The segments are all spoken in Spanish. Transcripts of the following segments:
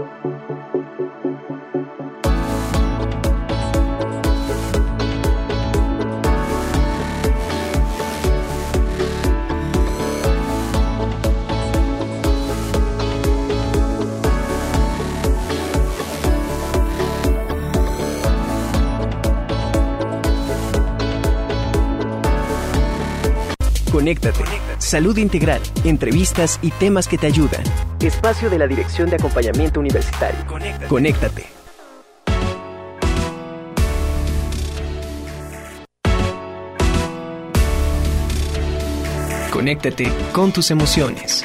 Conéctate. Salud integral, entrevistas y temas que te ayudan. Espacio de la Dirección de Acompañamiento Universitario. Conéctate. Conéctate con tus emociones.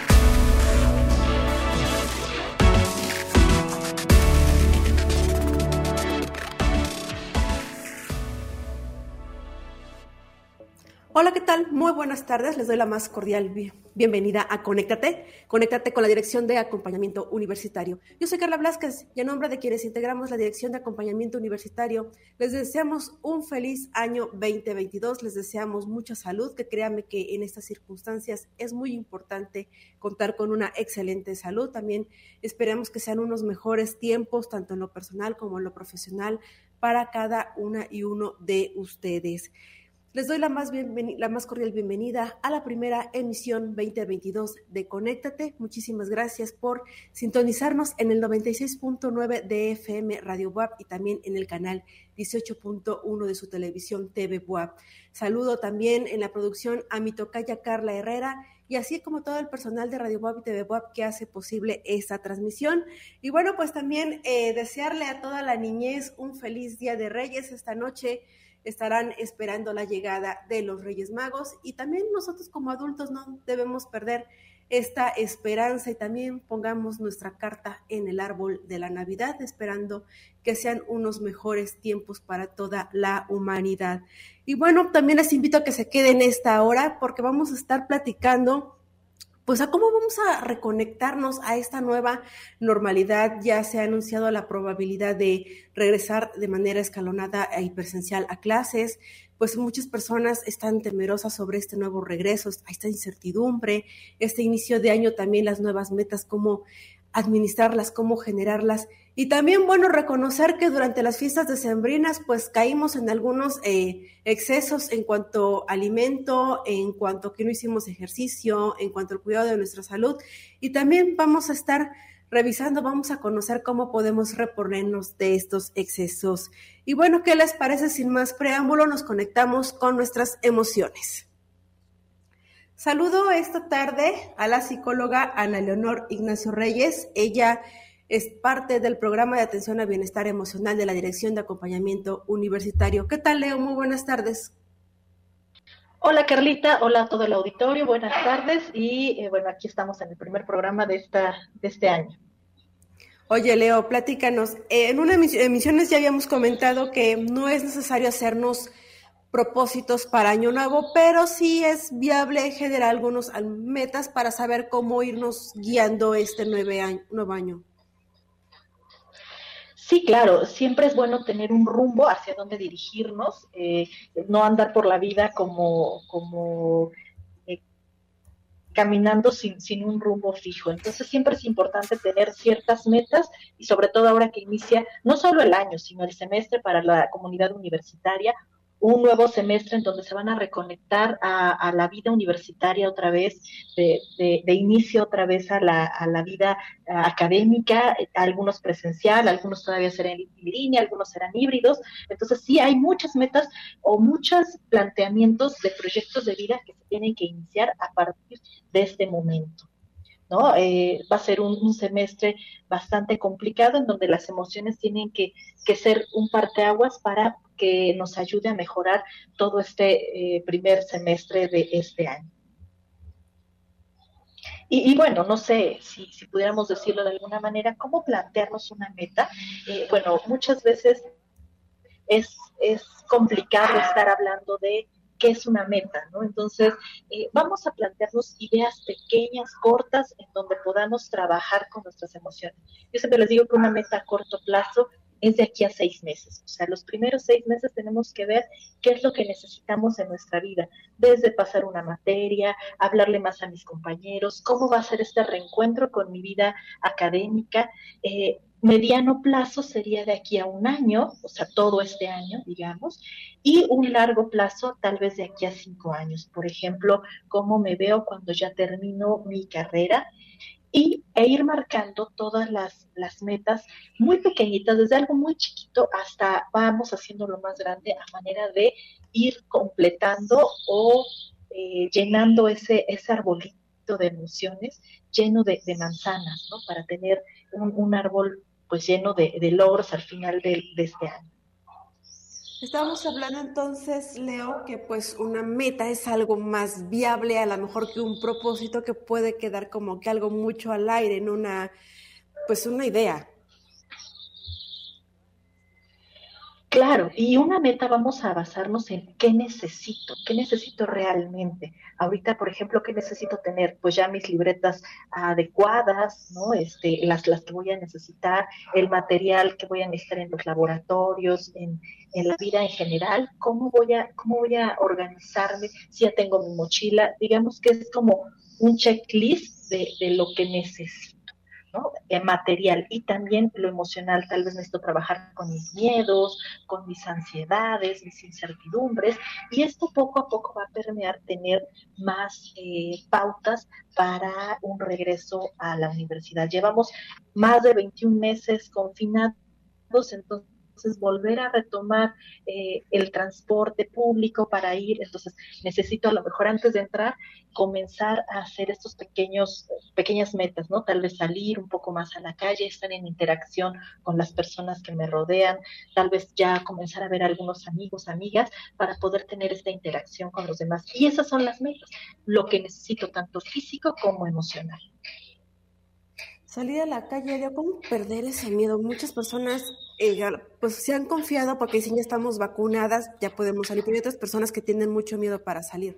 Hola, ¿qué tal? Muy buenas tardes. Les doy la más cordial bienvenida a Conéctate. Conéctate con la Dirección de Acompañamiento Universitario. Yo soy Carla Blázquez y en nombre de quienes integramos la Dirección de Acompañamiento Universitario, les deseamos un feliz año 2022. Les deseamos mucha salud, que créanme que en estas circunstancias es muy importante contar con una excelente salud. También esperamos que sean unos mejores tiempos, tanto en lo personal como en lo profesional, para cada una y uno de ustedes. Les doy la más cordial bienvenida a la primera emisión 2022 de Conéctate. Muchísimas gracias por sintonizarnos en el 96.9 de FM Radio WAP y también en el canal 18.1 de su televisión TV WAP. Saludo también en la producción a mi tocaya Carla Herrera y así como todo el personal de Radio WAP y TV WAP que hace posible esta transmisión. Y bueno, pues también desearle a toda la niñez un feliz Día de Reyes. Esta noche estarán esperando la llegada de los Reyes Magos y también nosotros como adultos no debemos perder esta esperanza y también pongamos nuestra carta en el árbol de la Navidad, esperando que sean unos mejores tiempos para toda la humanidad. Y bueno, también les invito a que se queden esta hora porque vamos a estar platicando pues a cómo vamos a reconectarnos a esta nueva normalidad. Ya se ha anunciado la probabilidad de regresar de manera escalonada y presencial a clases, pues muchas personas están temerosas sobre este nuevo regreso, esta incertidumbre, este inicio de año también las nuevas metas, cómo administrarlas, cómo generarlas, y también, bueno, reconocer que durante las fiestas decembrinas, pues caímos en algunos excesos en cuanto a alimento, en cuanto a que no hicimos ejercicio, en cuanto al cuidado de nuestra salud, y también vamos a estar revisando, vamos a conocer cómo podemos reponernos de estos excesos. Y bueno, ¿qué les parece? Sin más preámbulo, nos conectamos con nuestras emociones. Saludo esta tarde a la psicóloga Ana Leonor Ignacio Reyes. Ella es parte del programa de atención al bienestar emocional de la Dirección de Acompañamiento Universitario. ¿Qué tal, Leo? Muy buenas tardes. Hola, Carlita. Hola a todo el auditorio. Buenas tardes. Y bueno, aquí estamos en el primer programa de este año. Oye, Leo, platícanos. En una emisiones ya habíamos comentado que no es necesario hacernos propósitos para Año Nuevo, pero sí es viable generar algunos metas para saber cómo irnos guiando este nuevo año. Sí, claro, siempre es bueno tener un rumbo hacia dónde dirigirnos, no andar por la vida como caminando sin un rumbo fijo. Entonces siempre es importante tener ciertas metas y sobre todo ahora que inicia no solo el año, sino el semestre para la comunidad universitaria, un nuevo semestre en donde se van a reconectar a la vida universitaria otra vez, de inicio otra vez a la vida académica, algunos presencial, algunos todavía serán en línea, algunos serán híbridos. Entonces sí hay muchas metas o muchos planteamientos de proyectos de vida que se tienen que iniciar a partir de este momento, ¿no? Va a ser un semestre bastante complicado en donde las emociones tienen que ser un parteaguas para que nos ayude a mejorar todo este primer semestre de este año. Y bueno, no sé si pudiéramos decirlo de alguna manera, ¿cómo plantearnos una meta? Bueno, muchas veces es complicado estar hablando de qué es una meta, ¿no? Entonces, vamos a plantearnos ideas pequeñas, cortas, en donde podamos trabajar con nuestras emociones. Yo siempre les digo que una meta a corto plazo es de aquí a 6 meses. O sea, los primeros 6 meses tenemos que ver qué es lo que necesitamos en nuestra vida, desde pasar una materia, hablarle más a mis compañeros, cómo va a ser este reencuentro con mi vida académica, mediano plazo sería de aquí a un año, o sea, todo este año, digamos, y un largo plazo tal vez de aquí a 5 años. Por ejemplo, cómo me veo cuando ya termino mi carrera e ir marcando todas las metas muy pequeñitas, desde algo muy chiquito hasta vamos haciéndolo más grande a manera de ir completando o llenando ese arbolito de emociones lleno de manzanas, ¿no? Para tener un árbol pues lleno de logros al final de este año. Estábamos hablando entonces, Leo, que pues una meta es algo más viable a lo mejor que un propósito que puede quedar como que algo mucho al aire, en pues una idea. Claro, y una meta vamos a basarnos en qué necesito realmente. Ahorita, por ejemplo, ¿qué necesito tener? Pues ya mis libretas adecuadas, ¿no? Las que voy a necesitar, el material que voy a necesitar en los laboratorios, en la vida en general, cómo voy a organizarme, si ya tengo mi mochila, digamos que es como un checklist de lo que necesito. ¿No? Material y también lo emocional, tal vez necesito trabajar con mis miedos, con mis ansiedades, mis incertidumbres, y esto poco a poco va a permear tener más pautas para un regreso a la universidad. Llevamos más de 21 meses confinados, entonces volver a retomar el transporte público para ir, entonces necesito a lo mejor antes de entrar comenzar a hacer estos pequeñas metas, ¿no? Tal vez salir un poco más a la calle, estar en interacción con las personas que me rodean, tal vez ya comenzar a ver a algunos amigos, amigas, para poder tener esta interacción con los demás. Y esas son las metas, lo que necesito tanto físico como emocional. Salir a la calle, Leo, ¿cómo perder ese miedo? Muchas personas pues se han confiado porque dicen ya estamos vacunadas, ya podemos salir, pero hay otras personas que tienen mucho miedo para salir.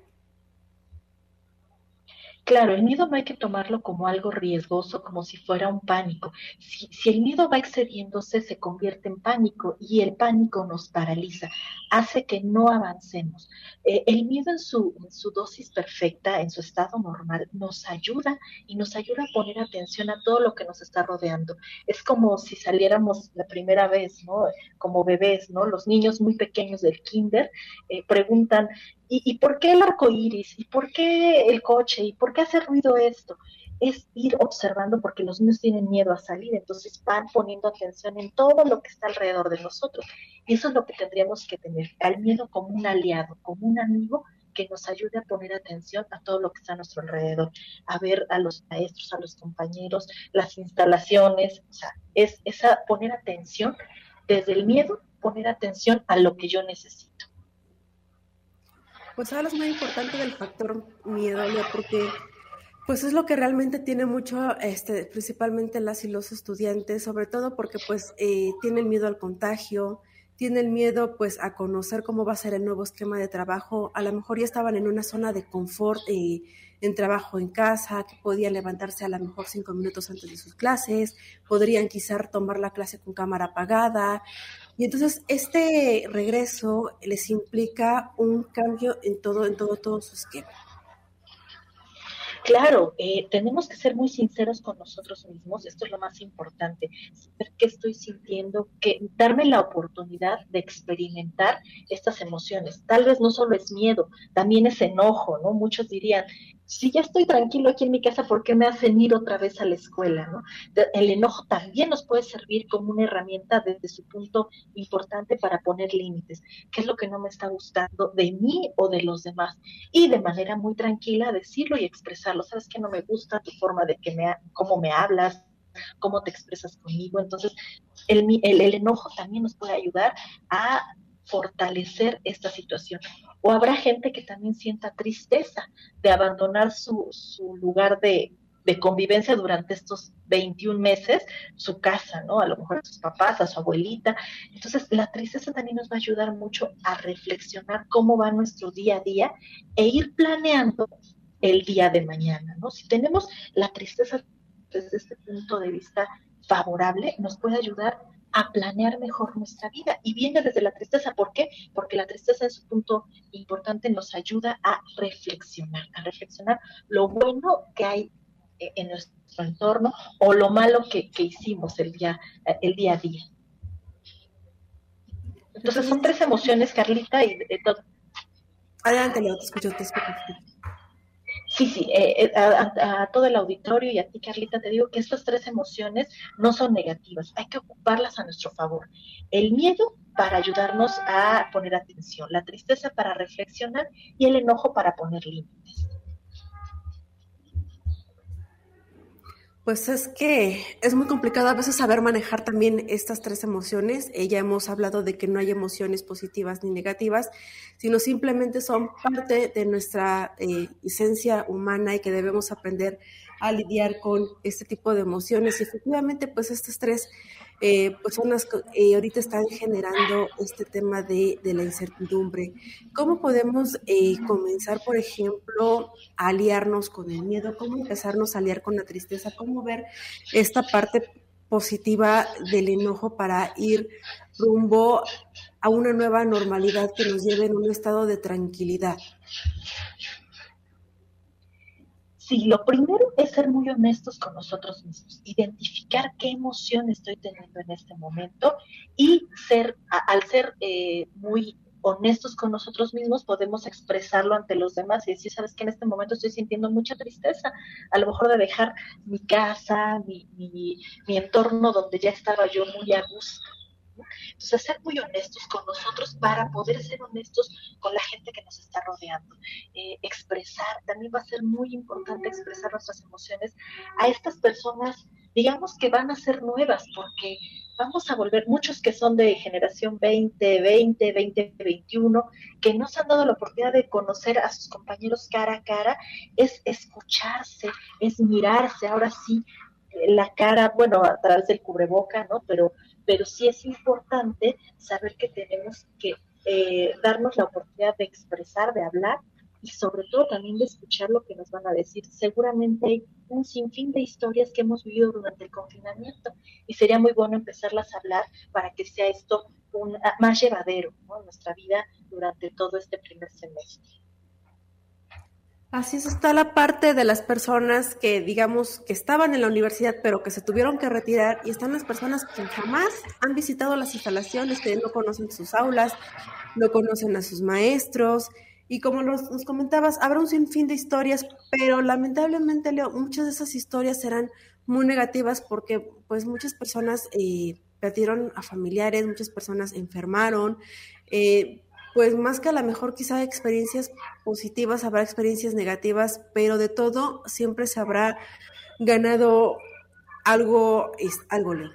Claro, el miedo no hay que tomarlo como algo riesgoso, como si fuera un pánico. Si el miedo va excediéndose, se convierte en pánico y el pánico nos paraliza, hace que no avancemos. El miedo en su dosis perfecta, en su estado normal, nos ayuda y nos ayuda a poner atención a todo lo que nos está rodeando. Es como si saliéramos la primera vez, ¿no? Como bebés, ¿no? Los niños muy pequeños del kinder preguntan, ¿y por qué el arco iris? ¿Y por qué el coche? ¿Y por qué hace ruido esto? Es ir observando porque los niños tienen miedo a salir, entonces van poniendo atención en todo lo que está alrededor de nosotros. Y eso es lo que tendríamos que tener, al miedo como un aliado, como un amigo que nos ayude a poner atención a todo lo que está a nuestro alrededor, a ver a los maestros, a los compañeros, las instalaciones, o sea, es esa poner atención desde el miedo, poner atención a lo que yo necesito. Pues hablas muy importante del factor miedo, Leo, porque pues es lo que realmente tiene mucho, principalmente las y los estudiantes, sobre todo porque pues tienen miedo al contagio, tienen miedo pues a conocer cómo va a ser el nuevo esquema de trabajo. A lo mejor ya estaban en una zona de confort en trabajo en casa, que podían levantarse a lo mejor 5 minutos antes de sus clases, podrían quizás tomar la clase con cámara apagada. Y entonces este regreso les implica un cambio en todo su esquema. Claro, tenemos que ser muy sinceros con nosotros mismos, esto es lo más importante, saber qué estoy sintiendo, darme la oportunidad de experimentar estas emociones. Tal vez no solo es miedo, también es enojo, ¿no? Muchos dirían, si ya estoy tranquilo aquí en mi casa, ¿por qué me hacen ir otra vez a la escuela, ¿no? El enojo también nos puede servir como una herramienta desde su punto importante para poner límites. ¿Qué es lo que no me está gustando de mí o de los demás? Y de manera muy tranquila decirlo y expresarlo. ¿Sabes qué? No me gusta tu forma de cómo me hablas, cómo te expresas conmigo. Entonces, el enojo también nos puede ayudar a fortalecer esta situación. O habrá gente que también sienta tristeza de abandonar su lugar de convivencia durante estos 21 meses, su casa, ¿no? A lo mejor a sus papás, a su abuelita. Entonces, la tristeza también nos va a ayudar mucho a reflexionar cómo va nuestro día a día e ir planeando el día de mañana, ¿no? Si tenemos la tristeza desde este punto de vista favorable, nos puede ayudar a planear mejor nuestra vida. Y viene desde la tristeza. ¿Por qué? Porque la tristeza en su punto importante nos ayuda a reflexionar lo bueno que hay en nuestro entorno o lo malo que hicimos el día a día. Entonces son 3 emociones, Carlita, y de todo. Adelante, Leo, te escucho, te escucho. Sí, a todo el auditorio y a ti, Carlita, te digo que estas 3 emociones no son negativas, hay que ocuparlas a nuestro favor. El miedo para ayudarnos a poner atención, la tristeza para reflexionar y el enojo para poner límites. Pues es que es muy complicado a veces saber manejar también estas 3 emociones. Ya hemos hablado de que no hay emociones positivas ni negativas, sino simplemente son parte de nuestra esencia humana y que debemos aprender a lidiar con este tipo de emociones. Y efectivamente, pues estas 3 pues son las que ahorita están generando este tema de la incertidumbre. ¿Cómo podemos comenzar, por ejemplo, a aliarnos con el miedo? ¿Cómo empezarnos a aliar con la tristeza? ¿Cómo ver esta parte positiva del enojo para ir rumbo a una nueva normalidad que nos lleve en un estado de tranquilidad? Sí, lo primero es ser muy honestos con nosotros mismos, identificar qué emoción estoy teniendo en este momento y al ser muy honestos con nosotros mismos, podemos expresarlo ante los demás y decir, sabes que en este momento estoy sintiendo mucha tristeza, a lo mejor de dejar mi casa, mi entorno donde ya estaba yo muy a gusto. Entonces, ser muy honestos con nosotros para poder ser honestos con la gente que nos está rodeando. Expresar, también va a ser muy importante expresar nuestras emociones a estas personas, digamos que van a ser nuevas, porque vamos a volver, muchos que son de generación 2020, 2021, que no se han dado la oportunidad de conocer a sus compañeros cara a cara, es escucharse, es mirarse, ahora sí, la cara, bueno, a través del cubreboca, ¿no? Pero sí es importante saber que tenemos que darnos la oportunidad de expresar, de hablar y sobre todo también de escuchar lo que nos van a decir. Seguramente hay un sinfín de historias que hemos vivido durante el confinamiento y sería muy bueno empezarlas a hablar para que sea esto más llevadero, ¿no? En nuestra vida durante todo este primer semestre. Así es, está la parte de las personas que, digamos, que estaban en la universidad, pero que se tuvieron que retirar, y están las personas que jamás han visitado las instalaciones, que no conocen sus aulas, no conocen a sus maestros, y como nos comentabas, habrá un sinfín de historias, pero lamentablemente, Leo, muchas de esas historias serán muy negativas porque, pues, muchas personas perdieron a familiares, muchas personas enfermaron, pues más que a lo mejor quizá experiencias positivas, habrá experiencias negativas, pero de todo siempre se habrá ganado algo, Leo.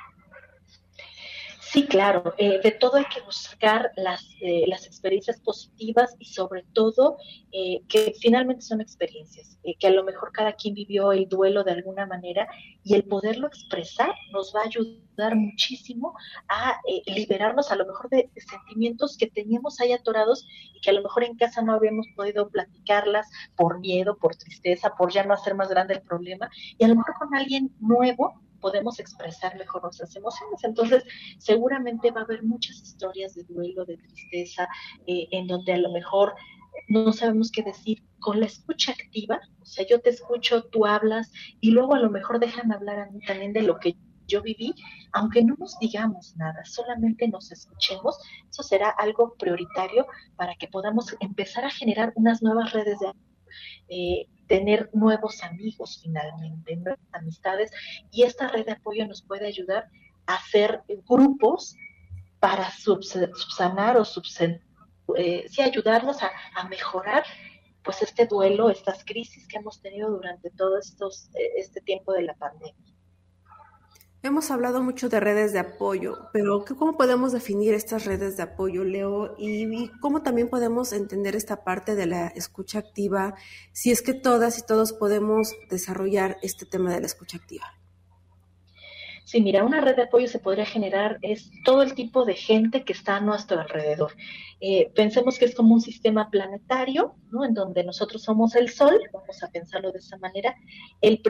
Sí, claro, de todo hay que buscar las experiencias positivas y sobre todo que finalmente son experiencias, que a lo mejor cada quien vivió el duelo de alguna manera y el poderlo expresar nos va a ayudar muchísimo a liberarnos a lo mejor de sentimientos que teníamos ahí atorados y que a lo mejor en casa no habíamos podido platicarlas por miedo, por tristeza, por ya no hacer más grande el problema y a lo mejor con alguien nuevo podemos expresar mejor nuestras emociones. Entonces, seguramente va a haber muchas historias de duelo, de tristeza, en donde a lo mejor no sabemos qué decir. Con la escucha activa, o sea, yo te escucho, tú hablas, y luego a lo mejor déjame hablar a mí también de lo que yo viví, aunque no nos digamos nada, solamente nos escuchemos, eso será algo prioritario para que podamos empezar a generar unas nuevas redes de tener nuevos amigos finalmente, nuevas amistades, y esta red de apoyo nos puede ayudar a hacer grupos para subsanar o sí, ayudarnos a mejorar pues este duelo, estas crisis que hemos tenido durante todo este tiempo de la pandemia. Hemos hablado mucho de redes de apoyo, pero ¿cómo podemos definir estas redes de apoyo, Leo? Y cómo también podemos entender esta parte de la escucha activa, si es que todas y todos podemos desarrollar este tema de la escucha activa. Sí, mira, una red de apoyo se podría generar es todo el tipo de gente que está a nuestro alrededor. Pensemos que es como un sistema planetario, ¿no? En donde nosotros somos el Sol, vamos a pensarlo de esa manera. El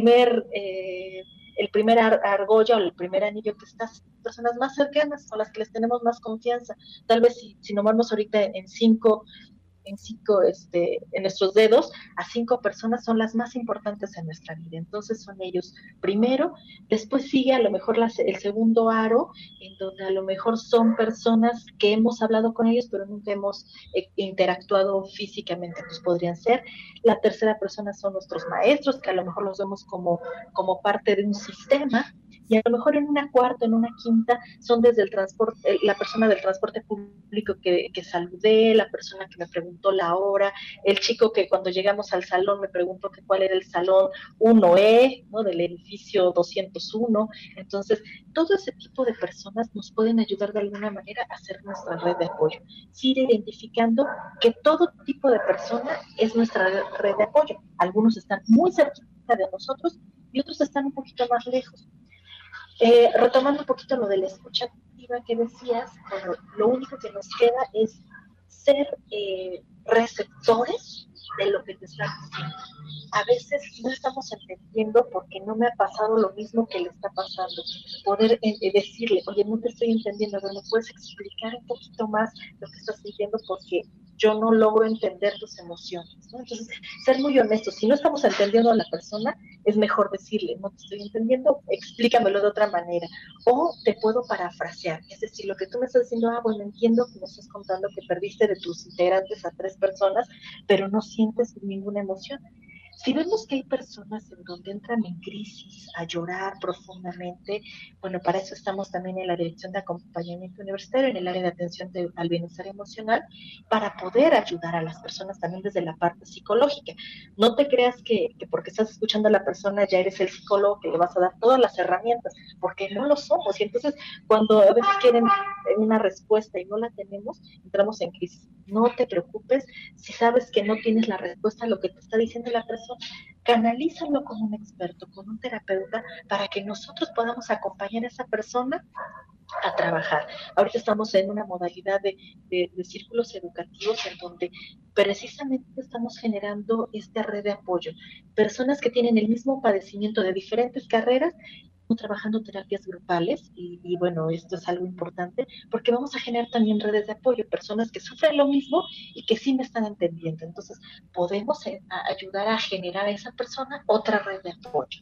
primer argolla o el primer anillo que estas personas más cercanas, con las que les tenemos más confianza. Tal vez si nombramos ahorita en 5 en nuestros dedos a 5 personas son las más importantes en nuestra vida. Entonces son ellos primero, después sigue a lo mejor el segundo aro, en donde a lo mejor son personas que hemos hablado con ellos, pero nunca hemos interactuado físicamente, pues podrían ser. La tercera persona son nuestros maestros, que a lo mejor los vemos como parte de un sistema, y a lo mejor en una cuarta, en una quinta, son desde el transporte, la persona del transporte público que saludé, la persona que me preguntó la hora, el chico que cuando llegamos al salón me preguntó que cuál era el salón 1E, ¿no? Del edificio 201. Entonces, todo ese tipo de personas nos pueden ayudar de alguna manera a hacer nuestra red de apoyo. Sí, ir identificando que todo tipo de persona es nuestra red de apoyo. Algunos están muy cerquita de nosotros y otros están un poquito más lejos. Retomando un poquito lo de la escucha activa que decías, bueno, lo único que nos queda es ser receptores de lo que te están diciendo. A veces no estamos entendiendo porque no me ha pasado lo mismo que le está pasando. Poder decirle, oye, no te estoy entendiendo, pero ¿me puedes explicar un poquito más lo que estás diciendo? Porque yo no logro entender tus emociones, ¿no? Entonces, ser muy honestos. Si no estamos entendiendo a la persona, es mejor decirle, no te estoy entendiendo, explícamelo de otra manera. O te puedo parafrasear, es decir, lo que tú me estás diciendo, bueno, entiendo que me estás contando que perdiste de tus integrantes a 3 personas, pero no sientes ninguna emoción. Si vemos que hay personas en donde entran en crisis, a llorar profundamente, bueno, para eso estamos también en la Dirección de Acompañamiento Universitario, en el área de atención al bienestar emocional, para poder ayudar a las personas también desde la parte psicológica. No te creas que porque estás escuchando a la persona ya eres el psicólogo que le vas a dar todas las herramientas, porque no lo somos. Y entonces, cuando a veces quieren una respuesta y no la tenemos, entramos en crisis. No te preocupes, si sabes que no tienes la respuesta a lo que te está diciendo la persona, canalízalo con un experto, con un terapeuta, para que nosotros podamos acompañar a esa persona a trabajar. Ahorita estamos en una modalidad de círculos educativos en donde precisamente estamos generando esta red de apoyo. Personas que tienen el mismo padecimiento de diferentes carreras, trabajando terapias grupales y bueno, esto es algo importante porque vamos a generar también redes de apoyo, personas que sufren lo mismo y que sí me están entendiendo. Entonces, podemos ayudar a generar a esa persona otra red de apoyo.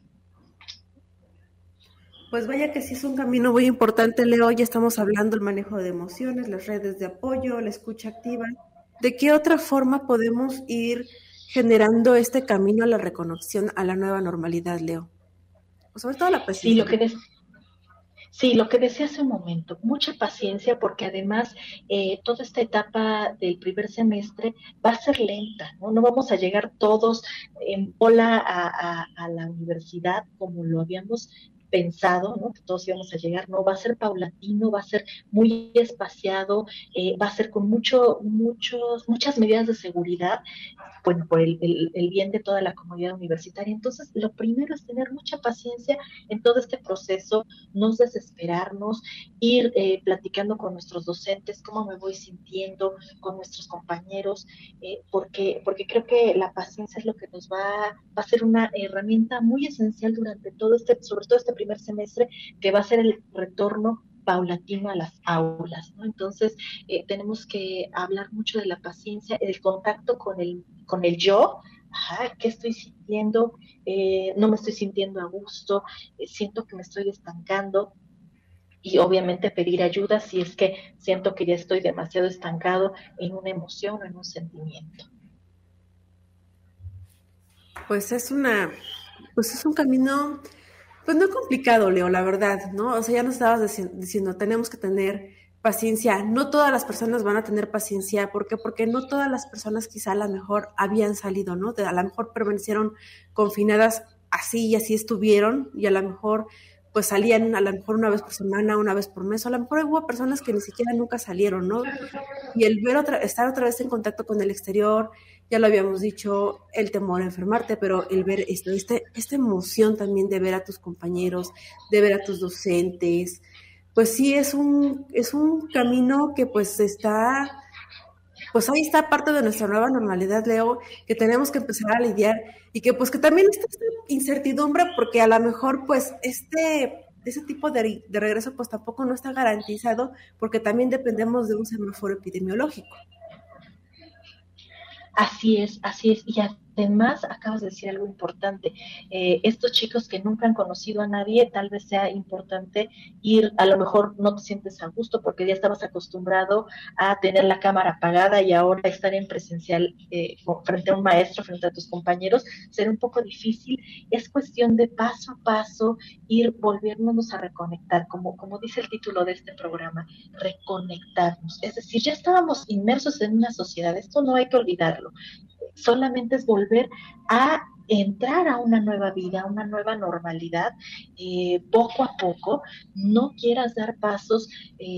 Pues vaya que sí es un camino muy importante, Leo. Ya estamos hablando del manejo de emociones, las redes de apoyo, la escucha activa. ¿De qué otra forma podemos ir generando este camino a la reconexión a la nueva normalidad, Leo? Sobre todo la paciencia. Sí, lo que decía hace un momento, mucha paciencia porque además toda esta etapa del primer semestre va a ser lenta, ¿no? No vamos a llegar todos en bola a la universidad como lo habíamos pensado, ¿no? Que todos íbamos a llegar, no, va a ser paulatino, va a ser muy espaciado, va a ser con muchas medidas de seguridad, bueno, por el bien de toda la comunidad universitaria. Entonces, lo primero es tener mucha paciencia en todo este proceso, no desesperarnos, ir platicando con nuestros docentes, cómo me voy sintiendo, con nuestros compañeros, porque creo que la paciencia es lo que nos va a ser una herramienta muy esencial durante sobre todo este primer semestre, que va a ser el retorno paulatino a las aulas, ¿no? Entonces, tenemos que hablar mucho de la paciencia, el contacto con el yo. ¿Qué estoy sintiendo? No me estoy sintiendo a gusto, siento que me estoy estancando, y obviamente pedir ayuda si es que siento que ya estoy demasiado estancado en una emoción o en un sentimiento. Pues es un camino, pues no complicado, Leo, la verdad, ¿no? O sea, ya nos estabas diciendo, tenemos que tener paciencia. No todas las personas van a tener paciencia. ¿Por qué? Porque no todas las personas quizá a lo mejor habían salido, ¿no? A lo mejor permanecieron confinadas así y así estuvieron, y a lo mejor pues salían a lo mejor una vez por semana, una vez por mes, o a lo mejor hubo personas que ni siquiera nunca salieron, ¿no? Y el estar otra vez en contacto con el exterior, ya lo habíamos dicho, el temor a enfermarte, pero el ver esta emoción también de ver a tus compañeros, de ver a tus docentes, pues sí es un camino que pues ahí está parte de nuestra nueva normalidad, Leo, que tenemos que empezar a lidiar, y que pues que también está esta incertidumbre, porque a lo mejor pues ese tipo de regreso pues tampoco no está garantizado, porque también dependemos de un semáforo epidemiológico. Así es, así es. Y además acabas de decir algo importante. Estos chicos que nunca han conocido a nadie, tal vez sea importante ir, a lo mejor no te sientes a gusto porque ya estabas acostumbrado a tener la cámara apagada y ahora estar en presencial frente a un maestro, frente a tus compañeros, será un poco difícil. Es cuestión de paso a paso ir volviéndonos a reconectar, como dice el título de este programa, reconectarnos. Es decir, ya estábamos inmersos en una sociedad, esto no hay que olvidarlo. Solamente es volver a entrar a una nueva vida, a una nueva normalidad, poco a poco. No quieras dar pasos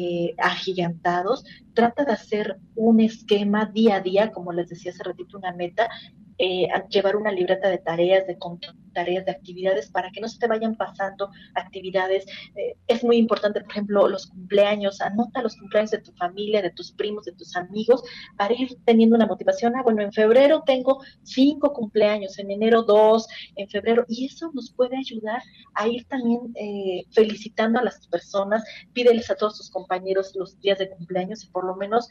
agigantados, trata de hacer un esquema día a día, como les decía hace ratito, una meta, llevar una libreta de tareas, tareas, de actividades, para que no se te vayan pasando actividades. Es muy importante, por ejemplo, los cumpleaños. Anota los cumpleaños de tu familia, de tus primos, de tus amigos, para ir teniendo una motivación. Bueno, en febrero tengo 5 cumpleaños, en enero 2, en febrero, y eso nos puede ayudar a ir también felicitando a las personas. Pídeles a todos tus compañeros los días de cumpleaños y por lo menos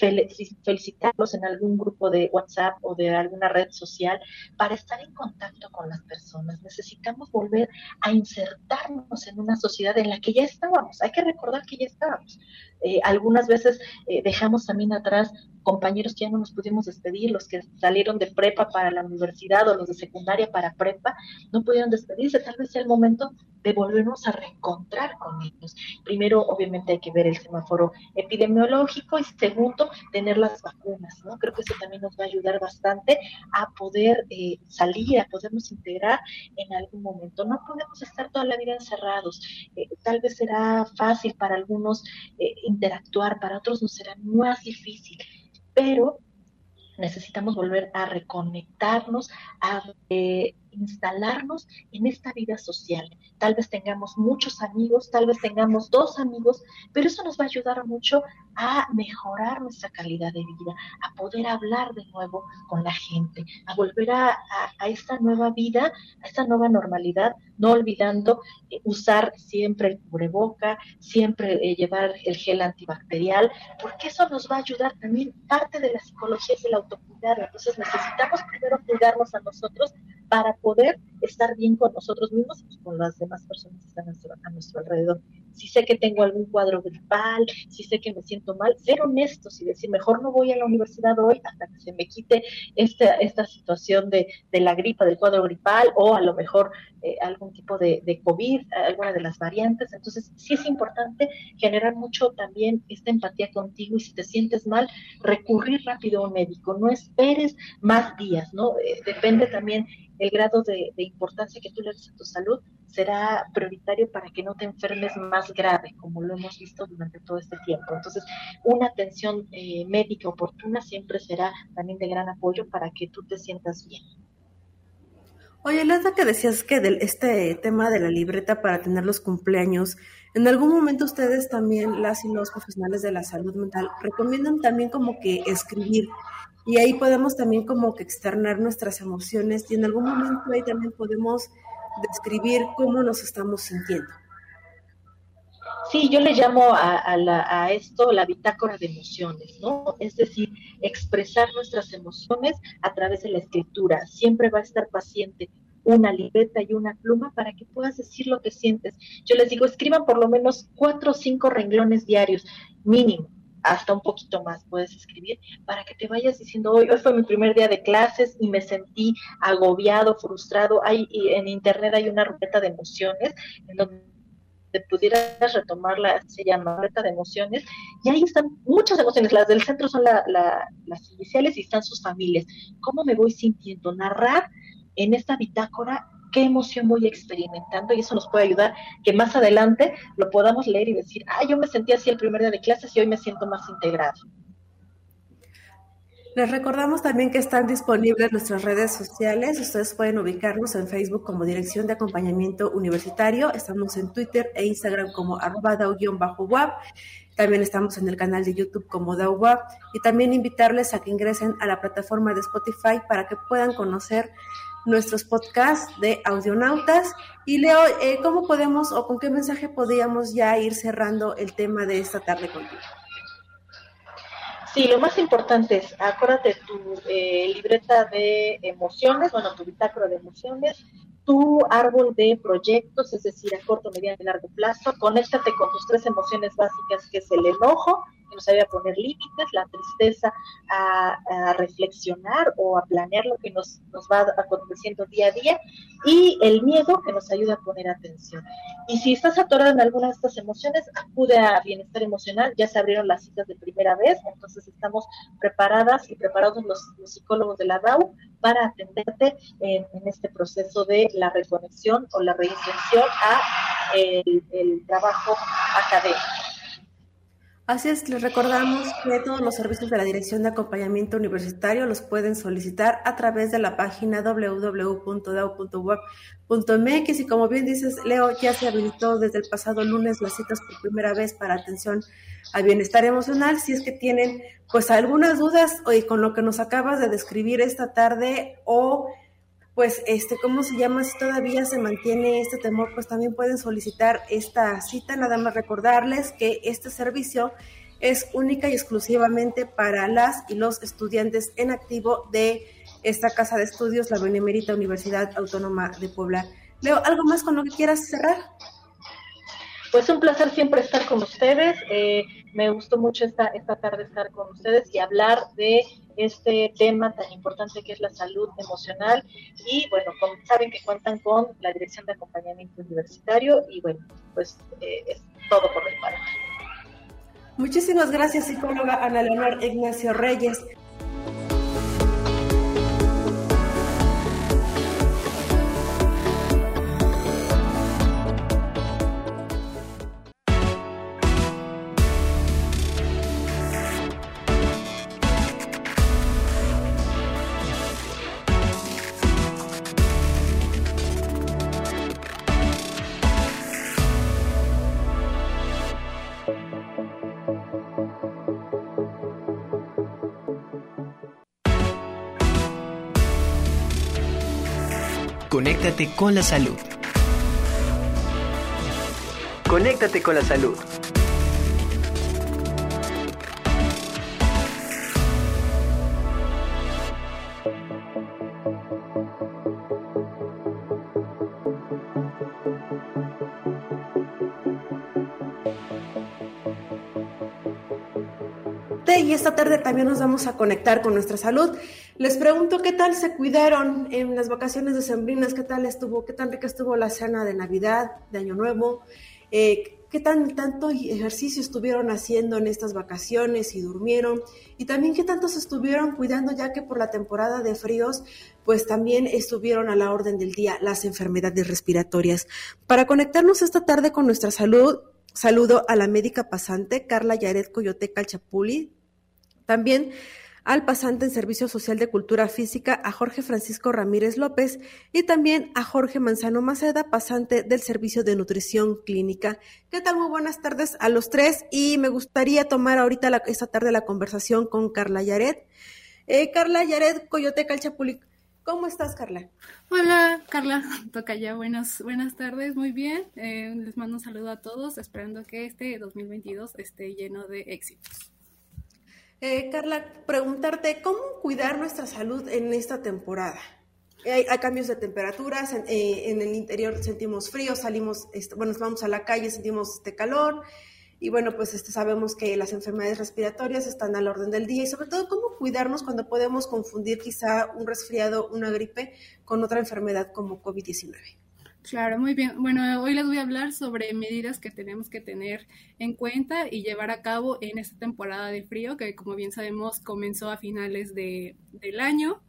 felicitarlos en algún grupo de WhatsApp o de alguna red social, para estar en contacto con las personas. Necesitamos volver a insertarnos en una sociedad en la que ya estábamos. Hay que recordar que ya estábamos. Algunas veces dejamos también atrás compañeros que ya no nos pudimos despedir, los que salieron de prepa para la universidad o los de secundaria para prepa, no pudieron despedirse. Tal vez sea el momento de volvernos a reencontrar con ellos. Primero, obviamente, hay que ver el semáforo epidemiológico y segundo, tener las vacunas, ¿no? Creo que eso también nos va a ayudar bastante a poder salir, a podernos integrar en algún momento. No podemos estar toda la vida encerrados. Tal vez será fácil para algunos interactuar, para otros nos será más difícil, pero necesitamos volver a reconectarnos, a instalarnos en esta vida social. Tal vez tengamos muchos amigos, tal vez tengamos 2 amigos, pero eso nos va a ayudar mucho a mejorar nuestra calidad de vida, a poder hablar de nuevo con la gente, a volver a esta nueva vida, a esta nueva normalidad, no olvidando usar siempre el cubreboca, siempre llevar el gel antibacterial, porque eso nos va a ayudar también. Parte de la psicología es el autocuidado. Entonces necesitamos primero cuidarnos a nosotros para poder estar bien con nosotros mismos y con las demás personas que están a nuestro alrededor. Si sé que tengo algún cuadro gripal, si sé que me siento mal, ser honestos y decir, mejor no voy a la universidad hoy hasta que se me quite esta situación de la gripa, del cuadro gripal, o a lo mejor algún tipo de COVID, alguna de las variantes. Entonces sí es importante generar mucho también esta empatía contigo, y si te sientes mal, recurrir rápido a un médico. No esperes más días, ¿no? Depende también el grado de importancia que tú le des a tu salud, será prioritario para que no te enfermes más grave, como lo hemos visto durante todo este tiempo. Entonces, una atención médica oportuna siempre será también de gran apoyo para que tú te sientas bien. Oye, Leda, que decías que este tema de la libreta para tener los cumpleaños, ¿en algún momento ustedes también, las y los profesionales de la salud mental, recomiendan también como que escribir? Y ahí podemos también como que externar nuestras emociones y en algún momento ahí también podemos describir cómo nos estamos sintiendo. Sí, yo le llamo a esto la bitácora de emociones, ¿no? Es decir, expresar nuestras emociones a través de la escritura. Siempre va a estar paciente una libreta y una pluma para que puedas decir lo que sientes. Yo les digo, escriban por lo menos 4 o 5 renglones diarios, mínimo. Hasta un poquito más puedes escribir, para que te vayas diciendo, hoy fue mi primer día de clases y me sentí agobiado, frustrado. En internet hay una ruleta de emociones en donde te pudieras retomarla, se llama ruleta de emociones, y ahí están muchas emociones. Las del centro son las iniciales y están sus familias. ¿Cómo me voy sintiendo? Narrar en esta bitácora qué emoción voy experimentando, y eso nos puede ayudar que más adelante lo podamos leer y decir, yo me sentí así el primer día de clases y hoy me siento más integrado. Les recordamos también que están disponibles nuestras redes sociales. Ustedes pueden ubicarnos en Facebook como Dirección de Acompañamiento Universitario. Estamos en Twitter e Instagram como @DAO_UAP. También estamos en el canal de YouTube como DAO_UAP. Y también invitarles a que ingresen a la plataforma de Spotify para que puedan conocer nuestros podcasts de Audionautas. Y Leo, ¿cómo podemos o con qué mensaje podríamos ya ir cerrando el tema de esta tarde contigo? Sí, lo más importante es, acuérdate tu libreta de emociones, bueno, tu bitácora de emociones, tu árbol de proyectos, es decir, a corto, mediano y largo plazo, conéctate con tus 3 emociones básicas, que es el enojo, que nos ayuda a poner límites, la tristeza a reflexionar o a planear lo que nos va aconteciendo día a día, y el miedo, que nos ayuda a poner atención. Y si estás atorado en alguna de estas emociones, acude a bienestar emocional, ya se abrieron las citas de primera vez, entonces estamos preparadas y preparados los psicólogos de la DAU para atenderte en este proceso de la reconexión o la reinserción a el trabajo académico. Así es, les recordamos que todos los servicios de la Dirección de Acompañamiento Universitario los pueden solicitar a través de la página www.dau.web.mx y como bien dices, Leo, ya se habilitó desde el pasado lunes las citas por primera vez para atención al bienestar emocional. Si es que tienen pues algunas dudas con lo que nos acabas de describir esta tarde o pues, ¿cómo se llama? Si todavía se mantiene este temor, pues también pueden solicitar esta cita. Nada más recordarles que este servicio es única y exclusivamente para las y los estudiantes en activo de esta casa de estudios, la Benemérita Universidad Autónoma de Puebla. Leo, ¿algo más con lo que quieras cerrar? Pues un placer siempre estar con ustedes. Me gustó mucho esta tarde estar con ustedes y hablar de este tema tan importante que es la salud emocional. Y bueno, saben que cuentan con la Dirección de Acompañamiento Universitario y bueno, pues es todo por mi parte. Muchísimas gracias, psicóloga Ana Leonor Ignacio Reyes. Conéctate con la salud. Conéctate con la salud. Y esta tarde también nos vamos a conectar con nuestra salud. Les pregunto qué tal se cuidaron en las vacaciones decembrinas, qué tal rica estuvo la cena de Navidad, de Año Nuevo, qué tanto ejercicio estuvieron haciendo en estas vacaciones y durmieron, y también qué tanto se estuvieron cuidando, ya que por la temporada de fríos, pues también estuvieron a la orden del día las enfermedades respiratorias. Para conectarnos esta tarde con nuestra salud, saludo a la médica pasante Carla Yaret Coyote Calchapuli, también al pasante en Servicio Social de Cultura Física, a Jorge Francisco Ramírez López, y también a Jorge Manzano Maceda, pasante del Servicio de Nutrición Clínica. ¿Qué tal? Muy buenas tardes a los tres, y me gustaría tomar ahorita esta tarde la conversación con Carla Yaret. Carla Yaret Coyote Calchapuli, ¿cómo estás, Carla? Hola, Carla, toca ya, buenas tardes, muy bien. Les mando un saludo a todos, esperando que este 2022 esté lleno de éxitos. Carla, preguntarte, ¿cómo cuidar nuestra salud en esta temporada? Hay cambios de temperaturas, en el interior sentimos frío, vamos a la calle, sentimos calor, y bueno, pues sabemos que las enfermedades respiratorias están a la orden del día, y sobre todo, ¿cómo cuidarnos cuando podemos confundir quizá un resfriado, una gripe, con otra enfermedad como COVID-19? Claro, muy bien. Bueno, hoy les voy a hablar sobre medidas que tenemos que tener en cuenta y llevar a cabo en esta temporada de frío, que como bien sabemos comenzó a finales del año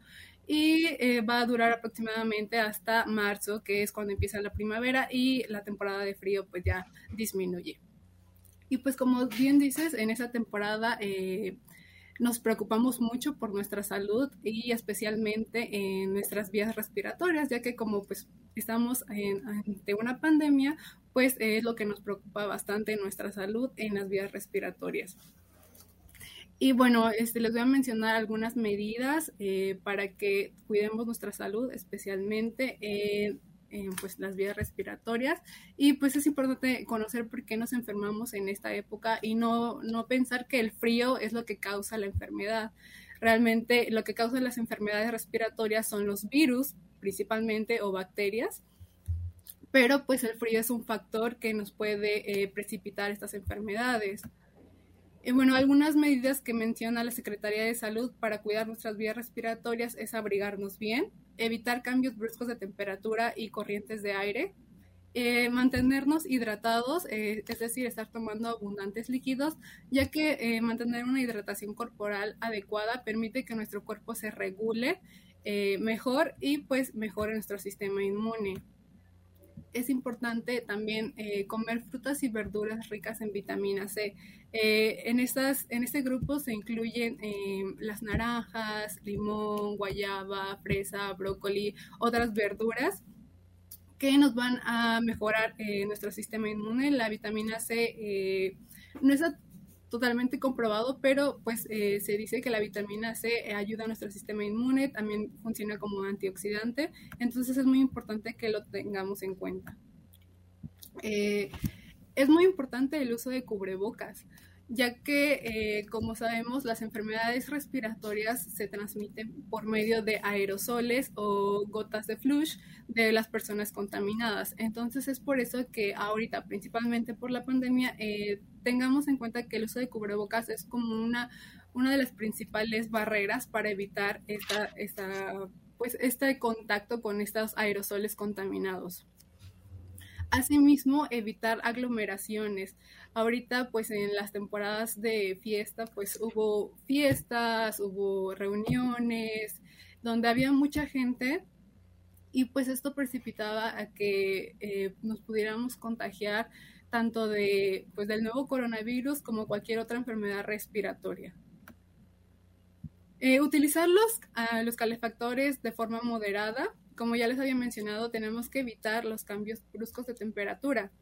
y va a durar aproximadamente hasta marzo, que es cuando empieza la primavera y la temporada de frío pues ya disminuye. Y pues como bien dices, en esa temporada nos preocupamos mucho por nuestra salud y especialmente en nuestras vías respiratorias, ya que como pues estamos ante una pandemia, pues es lo que nos preocupa bastante en nuestra salud en las vías respiratorias. Y bueno, les voy a mencionar algunas medidas para que cuidemos nuestra salud, especialmente pues las vías respiratorias, y pues es importante conocer por qué nos enfermamos en esta época y no pensar que el frío es lo que causa la enfermedad. Realmente lo que causa las enfermedades respiratorias son los virus principalmente o bacterias, pero pues el frío es un factor que nos puede precipitar estas enfermedades. Bueno, algunas medidas que menciona la Secretaría de Salud para cuidar nuestras vías respiratorias es abrigarnos bien, evitar cambios bruscos de temperatura y corrientes de aire, mantenernos hidratados, es decir, estar tomando abundantes líquidos, ya que mantener una hidratación corporal adecuada permite que nuestro cuerpo se regule mejor y pues mejore nuestro sistema inmune. Es importante también comer frutas y verduras ricas en vitamina C. En este grupo se incluyen las naranjas, limón, guayaba, fresa, brócoli, otras verduras que nos van a mejorar nuestro sistema inmune. La vitamina C no es totalmente comprobado, pero pues se dice que la vitamina C ayuda a nuestro sistema inmune, también funciona como antioxidante, entonces es muy importante que lo tengamos en cuenta. Es muy importante el uso de cubrebocas, ya que, como sabemos, las enfermedades respiratorias se transmiten por medio de aerosoles o gotas de flush de las personas contaminadas. Entonces es por eso que ahorita, principalmente por la pandemia, tengamos en cuenta que el uso de cubrebocas es como una de las principales barreras para evitar este contacto con estos aerosoles contaminados. Asimismo, evitar aglomeraciones. Ahorita, pues en las temporadas de fiesta, pues hubo fiestas, hubo reuniones, donde había mucha gente y pues esto precipitaba a que nos pudiéramos contagiar tanto del nuevo coronavirus como cualquier otra enfermedad respiratoria. Utilizar los calefactores de forma moderada. Como ya les había mencionado, tenemos que evitar los cambios bruscos de temperatura.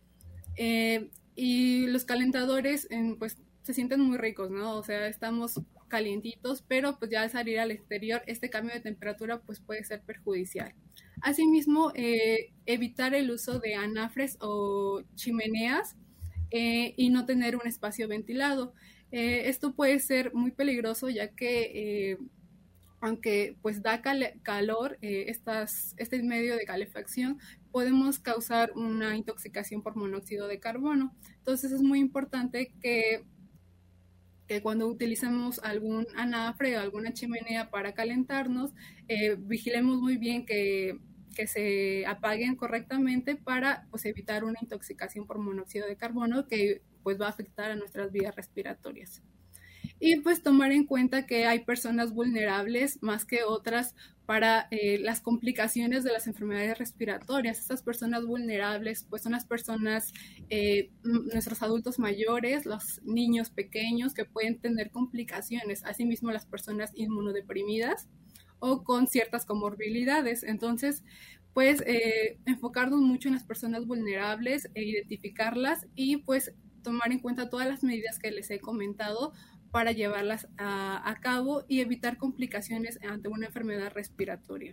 Y los calentadores, pues, se sienten muy ricos, ¿no? O sea, estamos calientitos, pero pues ya al salir al exterior, este cambio de temperatura pues puede ser perjudicial. Asimismo, evitar el uso de anafres o chimeneas y no tener un espacio ventilado. Esto puede ser muy peligroso, ya que aunque pues da calor, este medio de calefacción, podemos causar una intoxicación por monóxido de carbono. Entonces es muy importante que cuando utilicemos algún anafre o alguna chimenea para calentarnos, vigilemos muy bien que se apaguen correctamente para pues evitar una intoxicación por monóxido de carbono que pues va a afectar a nuestras vías respiratorias. Y pues tomar en cuenta que hay personas vulnerables más que otras para las complicaciones de las enfermedades respiratorias. Estas personas vulnerables pues son las personas, nuestros adultos mayores, los niños pequeños que pueden tener complicaciones, asimismo las personas inmunodeprimidas o con ciertas comorbilidades. Entonces, pues enfocarnos mucho en las personas vulnerables e identificarlas y pues tomar en cuenta todas las medidas que les he comentado para llevarlas a cabo y evitar complicaciones ante una enfermedad respiratoria.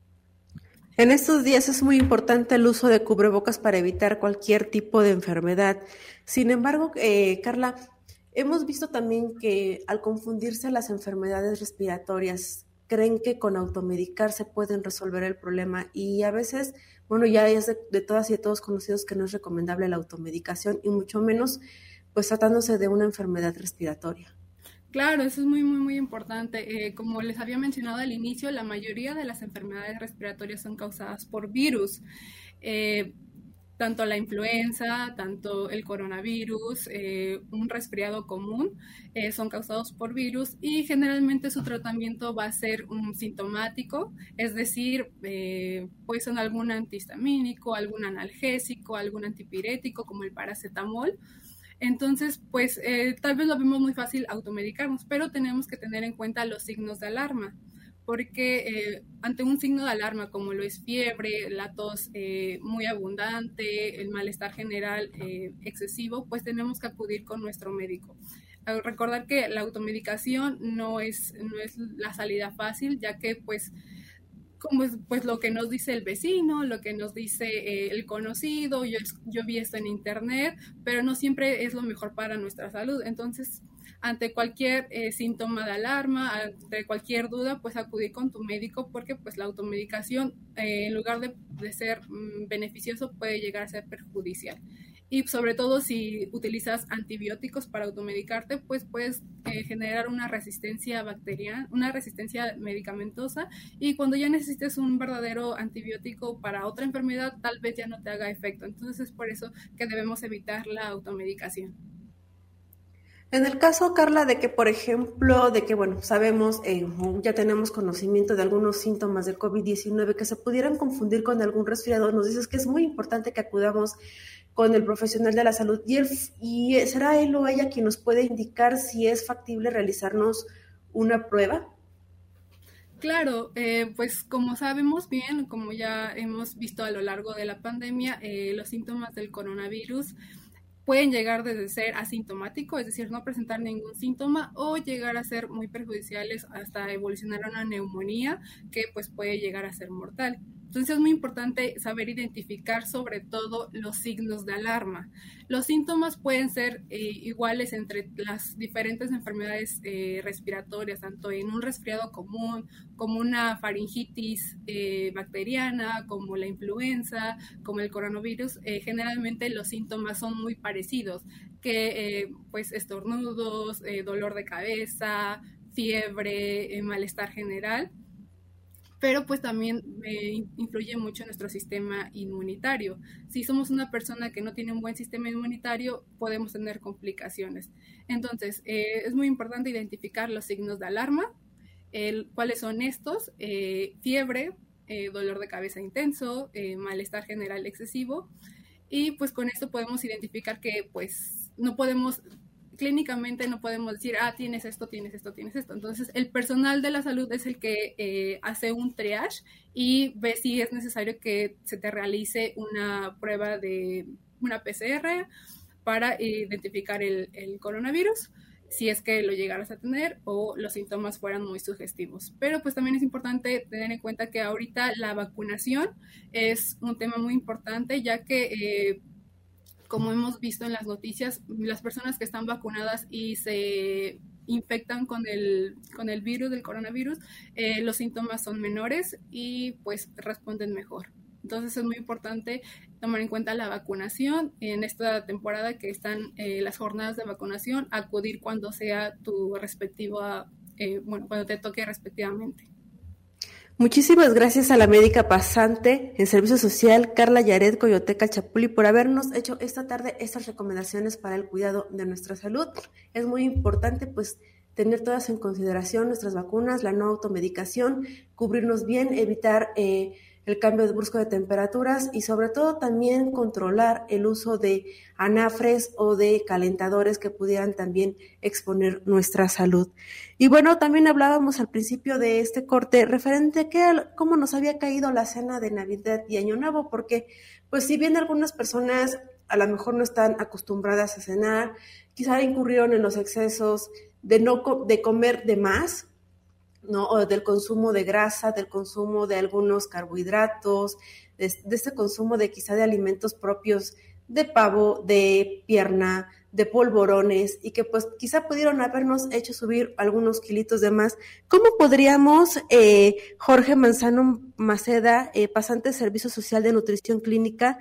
En estos días es muy importante el uso de cubrebocas para evitar cualquier tipo de enfermedad. Sin embargo, Carla, hemos visto también que al confundirse las enfermedades respiratorias, creen que con automedicarse pueden resolver el problema y a veces, bueno, ya es de todas y de todos conocidos que no es recomendable la automedicación y mucho menos pues tratándose de una enfermedad respiratoria. Claro, eso es muy, muy, muy importante. Como les había mencionado al inicio, la mayoría de las enfermedades respiratorias son causadas por virus. Tanto la influenza, tanto el coronavirus, un resfriado común, son causados por virus y generalmente su tratamiento va a ser un sintomático, es decir, puede ser algún antihistamínico, algún analgésico, algún antipirético como el paracetamol. Entonces, pues tal vez lo vemos muy fácil automedicarnos, pero tenemos que tener en cuenta los signos de alarma, porque ante un signo de alarma como lo es fiebre, la tos muy abundante, el malestar general excesivo, pues tenemos que acudir con nuestro médico. Recordar que la automedicación no es la salida fácil, ya que pues como pues lo que nos dice el vecino, lo que nos dice el conocido, yo vi esto en internet, pero no siempre es lo mejor para nuestra salud. Entonces, ante cualquier síntoma de alarma, ante cualquier duda, pues acudir con tu médico, porque pues la automedicación, en lugar de ser beneficioso, puede llegar a ser perjudicial. Y sobre todo si utilizas antibióticos para automedicarte, pues puedes generar una resistencia bacteriana, una resistencia medicamentosa, y cuando ya necesites un verdadero antibiótico para otra enfermedad, tal vez ya no te haga efecto. Entonces es por eso que debemos evitar la automedicación. En el caso, Carla, de que, por ejemplo, bueno, sabemos, ya tenemos conocimiento de algunos síntomas del COVID-19 que se pudieran confundir con algún resfriado, nos dices que es muy importante que acudamos con el profesional de la salud y será él o ella quien nos puede indicar si es factible realizarnos una prueba. Claro, pues como sabemos bien, como ya hemos visto a lo largo de la pandemia, los síntomas del coronavirus pueden llegar desde ser asintomático, es decir, no presentar ningún síntoma, o llegar a ser muy perjudiciales hasta evolucionar a una neumonía que pues puede llegar a ser mortal. Entonces es muy importante saber identificar sobre todo los signos de alarma. Los síntomas pueden ser iguales entre las diferentes enfermedades respiratorias, tanto en un resfriado común, como una faringitis bacteriana, como la influenza, como el coronavirus. Generalmente los síntomas son muy parecidos, que pues estornudos, dolor de cabeza, fiebre, malestar general. Pero pues también influye mucho nuestro sistema inmunitario. Si somos una persona que no tiene un buen sistema inmunitario, podemos tener complicaciones. Entonces, es muy importante identificar los signos de alarma. ¿Cuáles son estos? Fiebre, dolor de cabeza intenso, malestar general excesivo. Y pues con esto podemos identificar que pues no podemos... Clínicamente no podemos decir, tienes esto, tienes esto, tienes esto. Entonces, el personal de la salud es el que hace un triage y ve si es necesario que se te realice una prueba de una PCR para identificar el coronavirus, si es que lo llegaras a tener o los síntomas fueran muy sugestivos. Pero pues también es importante tener en cuenta que ahorita la vacunación es un tema muy importante, ya que... como hemos visto en las noticias, las personas que están vacunadas y se infectan con el virus del coronavirus, los síntomas son menores y pues responden mejor. Entonces es muy importante tomar en cuenta la vacunación en esta temporada que están las jornadas de vacunación, acudir cuando sea tu respectiva, cuando te toque respectivamente. Muchísimas gracias a la médica pasante en Servicio Social, Carla Yaret Coyoteca Chapuli, por habernos hecho esta tarde estas recomendaciones para el cuidado de nuestra salud. Es muy importante pues tener todas en consideración nuestras vacunas, la no automedicación, cubrirnos bien, evitar el cambio brusco de temperaturas y sobre todo también controlar el uso de anafres o de calentadores que pudieran también exponer nuestra salud. Y bueno, también hablábamos al principio de este corte referente a cómo nos había caído la cena de Navidad y Año Nuevo, porque pues si bien algunas personas a lo mejor no están acostumbradas a cenar, quizá incurrieron en los excesos de comer de más, ¿no? O del consumo de grasa, del consumo de algunos carbohidratos, de este consumo de quizá de alimentos propios de pavo, de pierna, de polvorones, y que pues quizá pudieron habernos hecho subir algunos kilitos de más. ¿Cómo podríamos, Jorge Manzano Maceda, pasante de Servicio Social de Nutrición Clínica,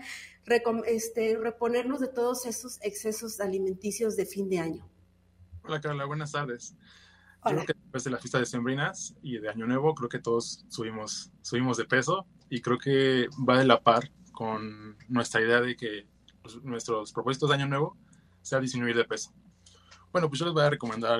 reponernos de todos esos excesos alimenticios de fin de año? Hola Carla, buenas tardes. Hola. Yo creo que después de la fiesta de Sembrinas y de Año Nuevo, creo que todos subimos de peso, y creo que va de la par con nuestra idea de que nuestros propósitos de Año Nuevo sea disminuir de peso. Bueno, pues yo les voy a recomendar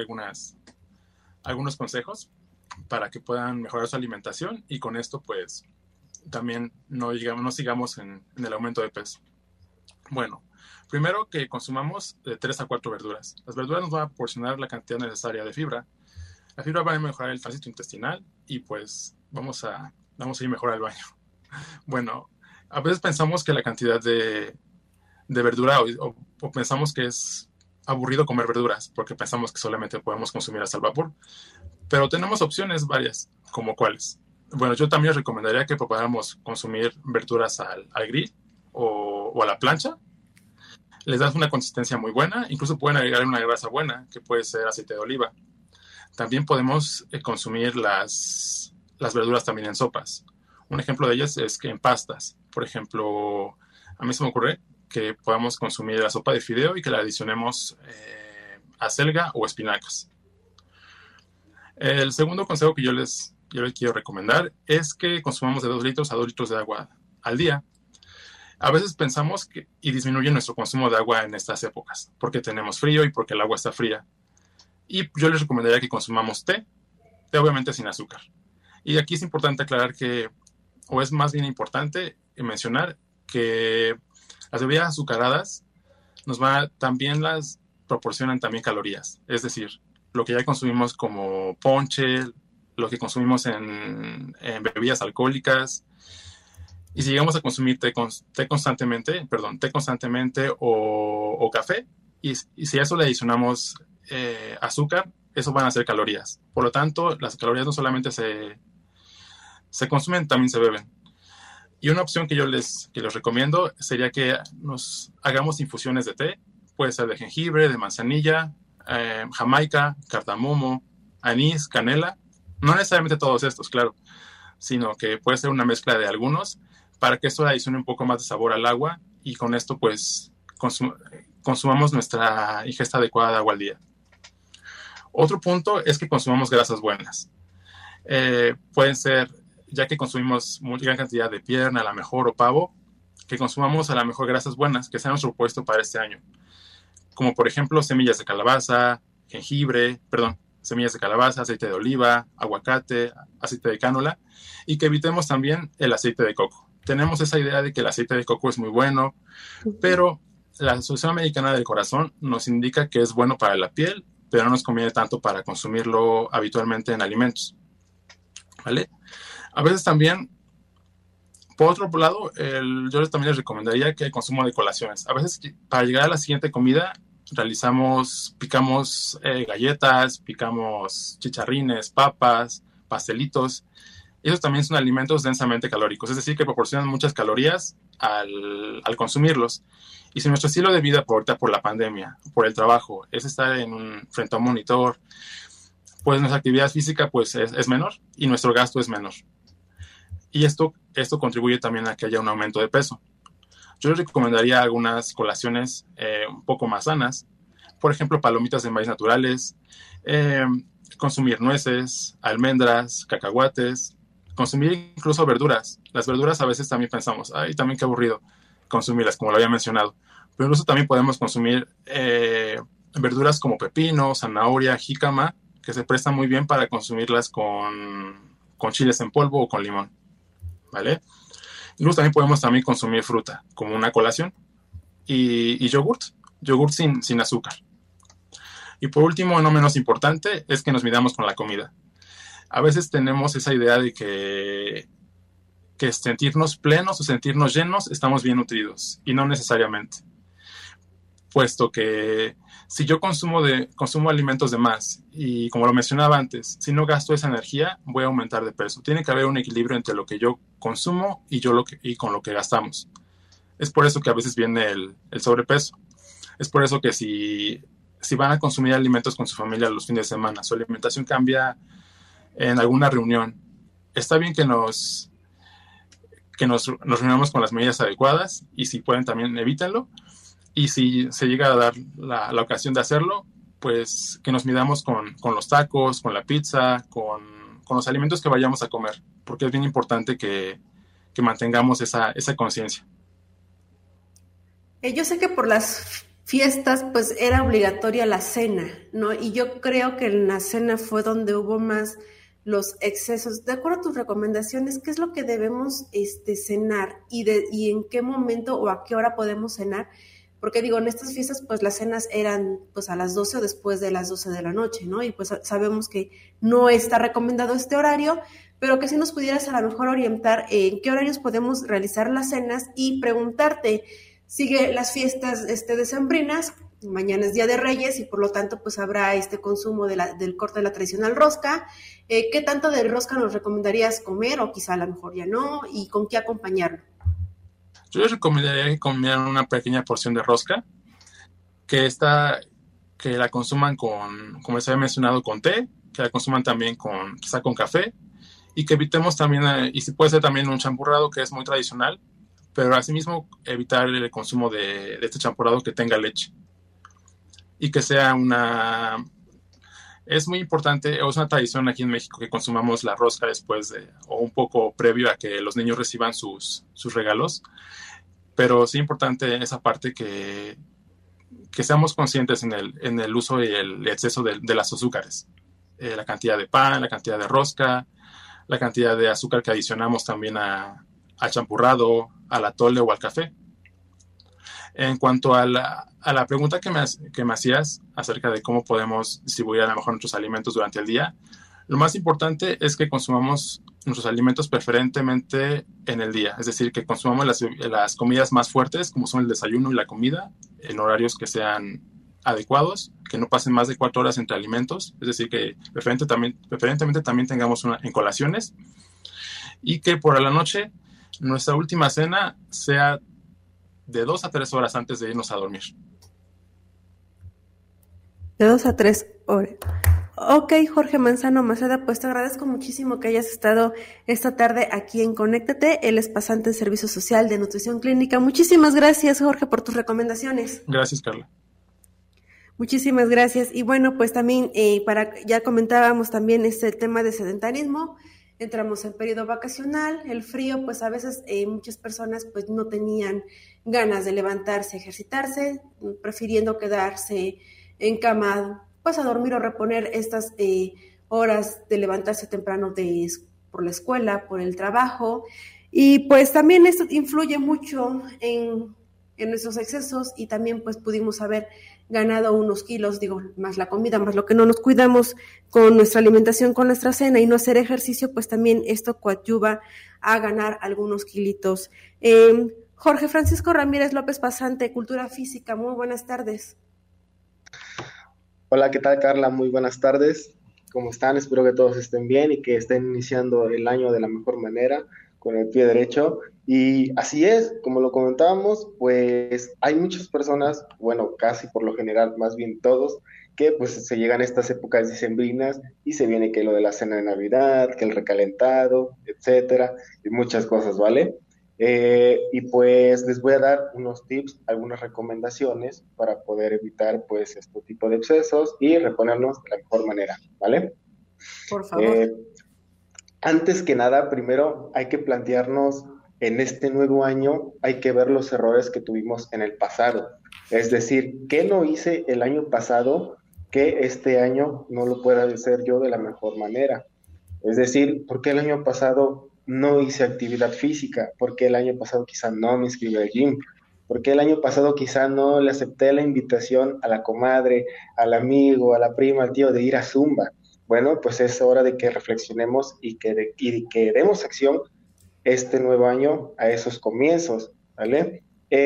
algunos consejos para que puedan mejorar su alimentación y con esto pues también no sigamos en el aumento de peso. Bueno, primero que consumamos de 3 a 4 verduras. Las verduras nos van a proporcionar la cantidad necesaria de fibra. La fibra va a mejorar el tránsito intestinal y pues vamos a ir mejor al baño. Bueno, a veces pensamos que la cantidad de verdura o pensamos que es aburrido comer verduras porque pensamos que solamente podemos consumir hasta al vapor. Pero tenemos opciones varias, como cuáles. bueno, yo también recomendaría que podamos consumir verduras al grill o a la plancha. Les das una consistencia muy buena, incluso pueden agregar una grasa buena, que puede ser aceite de oliva. También podemos consumir las verduras también en sopas. Un ejemplo de ellas es que en pastas, por ejemplo, a mí se me ocurre que podamos consumir la sopa de fideo y que la adicionemos acelga o espinacas. El segundo consejo que yo les quiero recomendar es que consumamos de 2 litros a 2 litros de agua al día. A veces pensamos y disminuye nuestro consumo de agua en estas épocas, porque tenemos frío y porque el agua está fría. Y yo les recomendaría que consumamos té obviamente sin azúcar. Y aquí es importante aclarar o es más bien importante mencionar que las bebidas azucaradas también las proporcionan también calorías. Es decir, lo que ya consumimos como ponche, lo que consumimos en bebidas alcohólicas. Y si llegamos a consumir té constantemente o café, y si a eso le adicionamos azúcar, eso van a ser calorías. Por lo tanto, las calorías no solamente se consumen, también se beben. Y una opción que yo les recomiendo sería que nos hagamos infusiones de té. Puede ser de jengibre, de manzanilla, jamaica, cardamomo, anís, canela. No necesariamente todos estos, claro, sino que puede ser una mezcla de algunos para que esto adicione un poco más de sabor al agua y con esto pues consumamos nuestra ingesta adecuada de agua al día. Otro punto es que consumamos grasas buenas. Pueden ser, ya que consumimos gran cantidad de pierna, a la mejor, o pavo, que consumamos a la mejor grasas buenas, que sea nuestro propuesto para este año. Como por ejemplo semillas de calabaza, semillas de calabaza, aceite de oliva, aguacate, aceite de cánola, y que evitemos también el aceite de coco. Tenemos esa idea de que el aceite de coco es muy bueno, pero la Asociación Americana del Corazón nos indica que es bueno para la piel, pero no nos conviene tanto para consumirlo habitualmente en alimentos. ¿Vale? A veces también, por otro lado, yo también les recomendaría que el consumo de colaciones. A veces, para llegar a la siguiente comida, picamos galletas, picamos chicharrines, papas, pastelitos. Esos también son alimentos densamente calóricos, es decir, que proporcionan muchas calorías al consumirlos. Y si nuestro estilo de vida, por la pandemia, por el trabajo, es estar frente a un monitor, pues nuestra actividad física pues, es menor y nuestro gasto es menor. Y esto contribuye también a que haya un aumento de peso. Yo les recomendaría algunas colaciones un poco más sanas. Por ejemplo, palomitas de maíz naturales, consumir nueces, almendras, cacahuates, consumir incluso verduras. Las verduras a veces también pensamos, ay, también qué aburrido consumirlas, como lo había mencionado. Pero incluso también podemos consumir verduras como pepino, zanahoria, jícama, que se prestan muy bien para consumirlas con chiles en polvo o con limón. ¿Vale? Incluso también podemos consumir fruta como una colación y yogurt sin azúcar. Y por último, no menos importante, es que nos midamos con la comida. A veces tenemos esa idea de que sentirnos plenos o sentirnos llenos estamos bien nutridos, y no necesariamente. Puesto que si yo consumo alimentos de más, y como lo mencionaba antes, si no gasto esa energía, voy a aumentar de peso. Tiene que haber un equilibrio entre lo que yo consumo y con lo que gastamos. Es por eso que a veces viene el sobrepeso. Es por eso que si van a consumir alimentos con su familia los fines de semana, su alimentación cambia en alguna reunión, está bien que nos reunamos con las medidas adecuadas, y si pueden también evítenlo. Y si se llega a dar la ocasión de hacerlo, pues que nos midamos con los tacos, con la pizza, con los alimentos que vayamos a comer, porque es bien importante que mantengamos esa conciencia. Yo sé que por las fiestas pues era obligatoria la cena, ¿no? Y yo creo que en la cena fue donde hubo más los excesos. De acuerdo a tus recomendaciones, ¿qué es lo que debemos cenar y en qué momento o a qué hora podemos cenar? Porque digo, en estas fiestas pues las cenas eran pues a las 12 o después de las 12 de la noche, ¿no? Y pues sabemos que no está recomendado este horario, pero que si nos pudieras a lo mejor orientar en qué horarios podemos realizar las cenas, y preguntarte, sigue las fiestas decembrinas, mañana es Día de Reyes y por lo tanto pues habrá este consumo del corte de la tradicional rosca. ¿Qué tanto de rosca nos recomendarías comer o quizá a lo mejor ya no? ¿Y con qué acompañarlo? Yo les recomendaría que comieran una pequeña porción de rosca, que la consuman como les había mencionado, con té, que la consuman también quizá con café, y que evitemos también, y si puede ser también un champurrado, que es muy tradicional, pero asimismo evitar el consumo de este champurrado que tenga leche. Y que sea es muy importante, es una tradición aquí en México que consumamos la rosca después o un poco previo a que los niños reciban sus regalos, pero sí importante esa parte que seamos conscientes en el uso y el exceso de las azúcares. La cantidad de pan, la cantidad de rosca, la cantidad de azúcar que adicionamos también al champurrado, al atole o al café. En cuanto a la pregunta que me hacías acerca de cómo podemos distribuir a lo mejor nuestros alimentos durante el día, lo más importante es que consumamos nuestros alimentos preferentemente en el día, es decir, que consumamos las comidas más fuertes, como son el desayuno y la comida, en horarios que sean adecuados, que no pasen más de 4 horas entre alimentos, es decir, que preferentemente también tengamos en colaciones, y que por la noche nuestra última cena sea de 2 a 3 horas antes de irnos a dormir. De 2 a 3 horas. Ok, Jorge Manzano Maceda, pues te agradezco muchísimo que hayas estado esta tarde aquí en Conéctate. Él es pasante en Servicio Social de Nutrición Clínica. Muchísimas gracias, Jorge, por tus recomendaciones. Gracias, Carla. Muchísimas gracias. Y bueno, pues también ya comentábamos también este tema de sedentarismo. Entramos en periodo vacacional, el frío, pues a veces muchas personas pues no tenían ganas de levantarse, ejercitarse, prefiriendo quedarse en cama, pues a dormir o reponer estas horas de levantarse temprano por la escuela, por el trabajo. Y pues también esto influye mucho en nuestros excesos y también pues pudimos haber ganado unos kilos, más la comida, más lo que no nos cuidamos con nuestra alimentación, con nuestra cena y no hacer ejercicio, pues también esto coadyuva a ganar algunos kilitos. Jorge Francisco Ramírez López, pasante, Cultura Física, muy buenas tardes. Hola, ¿qué tal, Carla? Muy buenas tardes. ¿Cómo están? Espero que todos estén bien y que estén iniciando el año de la mejor manera, con el pie derecho. Y así es, como lo comentábamos, pues hay muchas personas, bueno, casi por lo general, más bien todos, que pues se llegan estas épocas dicembrinas y se viene que lo de la cena de Navidad, que el recalentado, etcétera, y muchas cosas, ¿vale? Y pues les voy a dar unos tips, algunas recomendaciones para poder evitar pues este tipo de excesos y reponernos de la mejor manera, ¿vale? Por favor. Antes que nada, primero hay que plantearnos en este nuevo año, hay que ver los errores que tuvimos en el pasado. Es decir, ¿qué no hice el año pasado que este año no lo pueda hacer yo de la mejor manera? Es decir, ¿por qué el año pasado no hice actividad física? ¿Por qué el año pasado quizá no me inscribí al gym? ¿Por qué el año pasado quizá no le acepté la invitación a la comadre, al amigo, a la prima, al tío de ir a Zumba? Bueno, pues es hora de que reflexionemos y que demos acción este nuevo año a esos comienzos, ¿vale?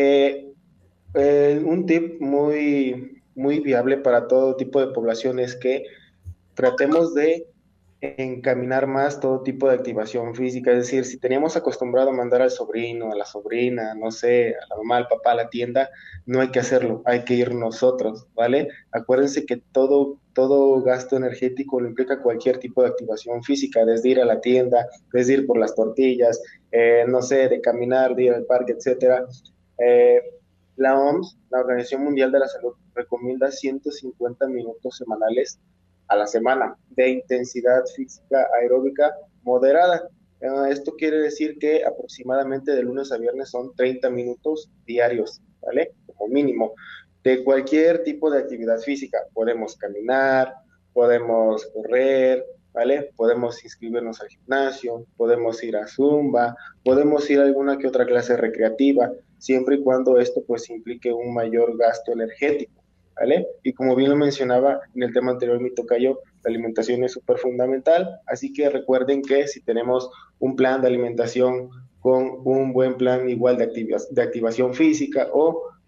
Un tip muy, muy viable para todo tipo de población es que tratemos de encaminar más todo tipo de activación física, es decir, si teníamos acostumbrado a mandar al sobrino, a la sobrina, no sé, a la mamá, al papá a la tienda, no hay que hacerlo, hay que ir nosotros, ¿vale? Acuérdense que todo gasto energético lo implica cualquier tipo de activación física, desde ir a la tienda, desde ir por las tortillas, no sé, de caminar, de ir al parque, etcétera. La OMS, la Organización Mundial de la Salud, recomienda 150 minutos semanales a la semana de intensidad física aeróbica moderada. Esto quiere decir que aproximadamente de lunes a viernes son 30 minutos diarios, ¿vale? Como mínimo. De cualquier tipo de actividad física. Podemos caminar, podemos correr, ¿vale? Podemos inscribirnos al gimnasio, podemos ir a Zumba, podemos ir a alguna que otra clase recreativa, siempre y cuando esto pues implique un mayor gasto energético, ¿vale? Y como bien lo mencionaba en el tema anterior, mi tocayo, la alimentación es súper fundamental, así que recuerden que si tenemos un plan de alimentación con un buen plan igual de activación física o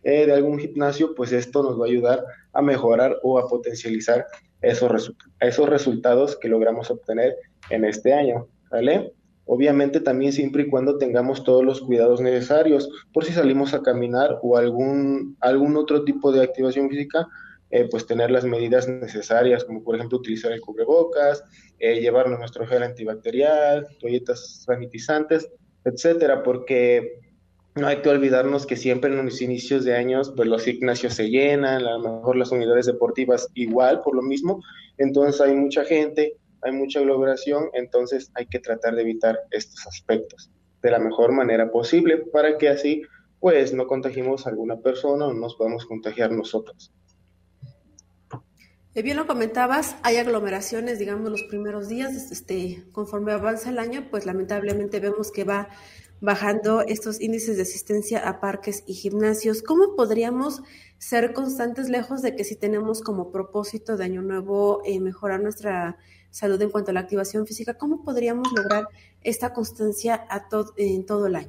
de algún gimnasio, pues esto nos va a ayudar a mejorar o a potencializar esos resultados que logramos obtener en este año, ¿vale? Obviamente también siempre y cuando tengamos todos los cuidados necesarios, por si salimos a caminar o algún otro tipo de activación física, pues tener las medidas necesarias, como por ejemplo utilizar el cubrebocas, llevarnos nuestro gel antibacterial, toallitas sanitizantes, etcétera, porque no hay que olvidarnos que siempre en los inicios de años, pues los gimnasios se llenan, a lo mejor las unidades deportivas igual, por lo mismo, entonces hay mucha gente, hay mucha aglomeración, entonces hay que tratar de evitar estos aspectos de la mejor manera posible para que así, pues, no contagiemos a alguna persona o no nos podamos contagiar nosotros. Bien lo comentabas, hay aglomeraciones, digamos, los primeros días, conforme avanza el año, pues lamentablemente vemos que va bajando estos índices de asistencia a parques y gimnasios. ¿Cómo podríamos ser constantes lejos de que si tenemos como propósito de año nuevo mejorar nuestra salud en cuanto a la activación física? ¿Cómo podríamos lograr esta constancia en todo el año?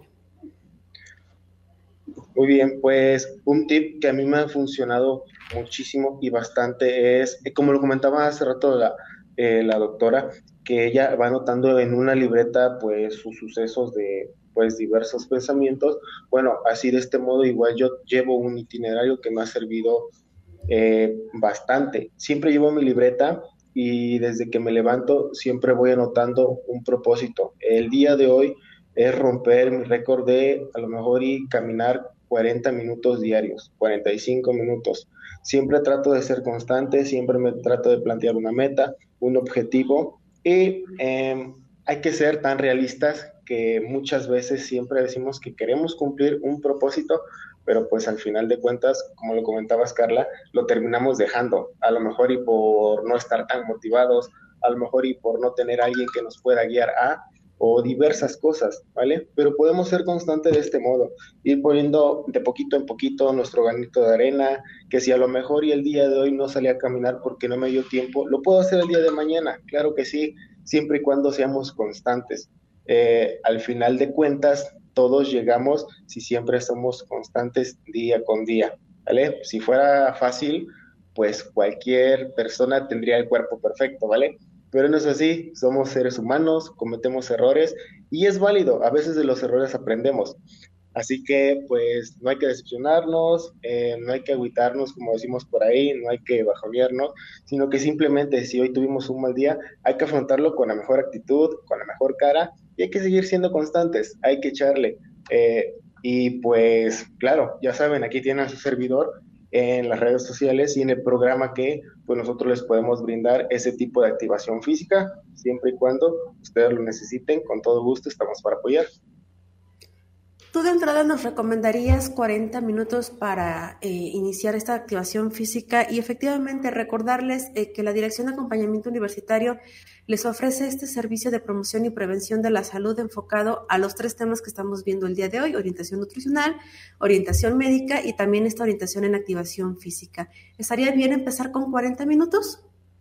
Muy bien, pues un tip que a mí me ha funcionado muchísimo y bastante es, como lo comentaba hace rato la doctora, que ella va anotando en una libreta pues sus sucesos de pues diversos pensamientos. Bueno, así de este modo igual yo llevo un itinerario que me ha servido bastante. Siempre llevo mi libreta y desde que me levanto siempre voy anotando un propósito. El día de hoy es romper mi récord de a lo mejor y caminar 40 minutos diarios, 45 minutos. Siempre trato de ser constante, siempre me trato de plantear una meta, un objetivo y hay que ser tan realistas que muchas veces siempre decimos que queremos cumplir un propósito, pero pues al final de cuentas, como lo comentabas Carla, lo terminamos dejando, a lo mejor y por no estar tan motivados, a lo mejor y por no tener a alguien que nos pueda guiar o diversas cosas, ¿vale? Pero podemos ser constantes de este modo, ir poniendo de poquito en poquito nuestro granito de arena, que si a lo mejor y el día de hoy no salí a caminar porque no me dio tiempo, lo puedo hacer el día de mañana, claro que sí, siempre y cuando seamos constantes. Al final de cuentas, todos llegamos si siempre somos constantes día con día, ¿vale? Si fuera fácil, pues cualquier persona tendría el cuerpo perfecto, ¿vale? Pero no es así, somos seres humanos, cometemos errores y es válido, a veces de los errores aprendemos. Así que pues no hay que decepcionarnos, no hay que agüitarnos como decimos por ahí, no hay que bajonearnos, sino que simplemente si hoy tuvimos un mal día, hay que afrontarlo con la mejor actitud, con la mejor cara y hay que seguir siendo constantes, hay que echarle. Y pues claro, ya saben, aquí tienen a su servidor en las redes sociales y en el programa que pues nosotros les podemos brindar ese tipo de activación física, siempre y cuando ustedes lo necesiten, con todo gusto estamos para apoyar. Tú de entrada nos recomendarías 40 minutos para iniciar esta activación física y efectivamente recordarles que la Dirección de Acompañamiento Universitario les ofrece este servicio de promoción y prevención de la salud enfocado a los 3 temas que estamos viendo el día de hoy: orientación nutricional, orientación médica y también esta orientación en activación física. ¿Estaría bien empezar con 40 minutos?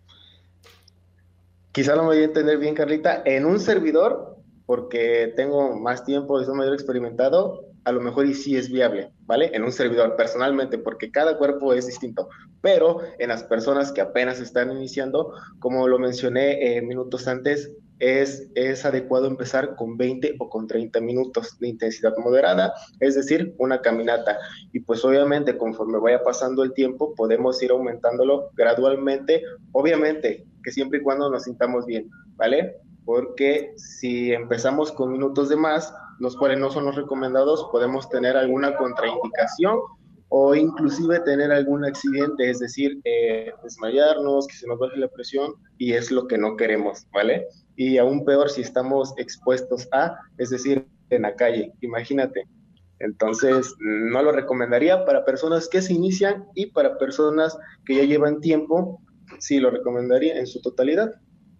Quizá no me voy a entender bien, Carlita, en un servidor, porque tengo más tiempo y soy mayor experimentado, a lo mejor y sí es viable, ¿vale? En un servidor, personalmente, porque cada cuerpo es distinto, pero en las personas que apenas están iniciando, como lo mencioné minutos antes, es adecuado empezar con 20 o con 30 minutos de intensidad moderada, es decir, una caminata. Y pues obviamente conforme vaya pasando el tiempo, podemos ir aumentándolo gradualmente, obviamente que siempre y cuando nos sintamos bien, ¿vale? Porque si empezamos con minutos de más, los cuales no son los recomendados, podemos tener alguna contraindicación o inclusive tener algún accidente, es decir, desmayarnos, que se nos baje la presión y es lo que no queremos, ¿vale? Y aún peor si estamos expuestos es decir, en la calle, imagínate. Entonces, no lo recomendaría para personas que se inician y para personas que ya llevan tiempo, sí lo recomendaría en su totalidad.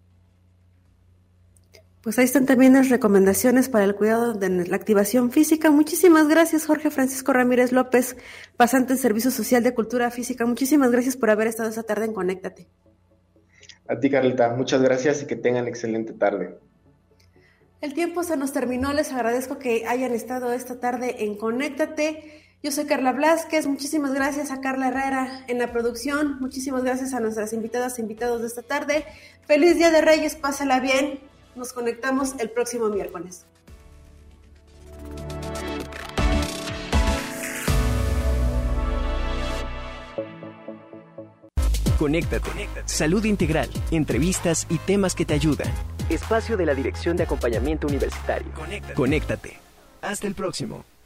Pues ahí están también las recomendaciones para el cuidado de la activación física. Muchísimas gracias, Jorge Francisco Ramírez López, pasante en Servicio Social de Cultura Física. Muchísimas gracias por haber estado esta tarde en Conéctate. A ti, Carlita, muchas gracias y que tengan excelente tarde. El tiempo se nos terminó, les agradezco que hayan estado esta tarde en Conéctate. Yo soy Carla Blázquez, muchísimas gracias a Carla Herrera en la producción, muchísimas gracias a nuestras invitadas e invitados de esta tarde. Feliz Día de Reyes, pásala bien, nos conectamos el próximo miércoles. Conéctate. Salud integral, entrevistas y temas que te ayudan. Espacio de la Dirección de Acompañamiento Universitario. Conéctate. Hasta el próximo.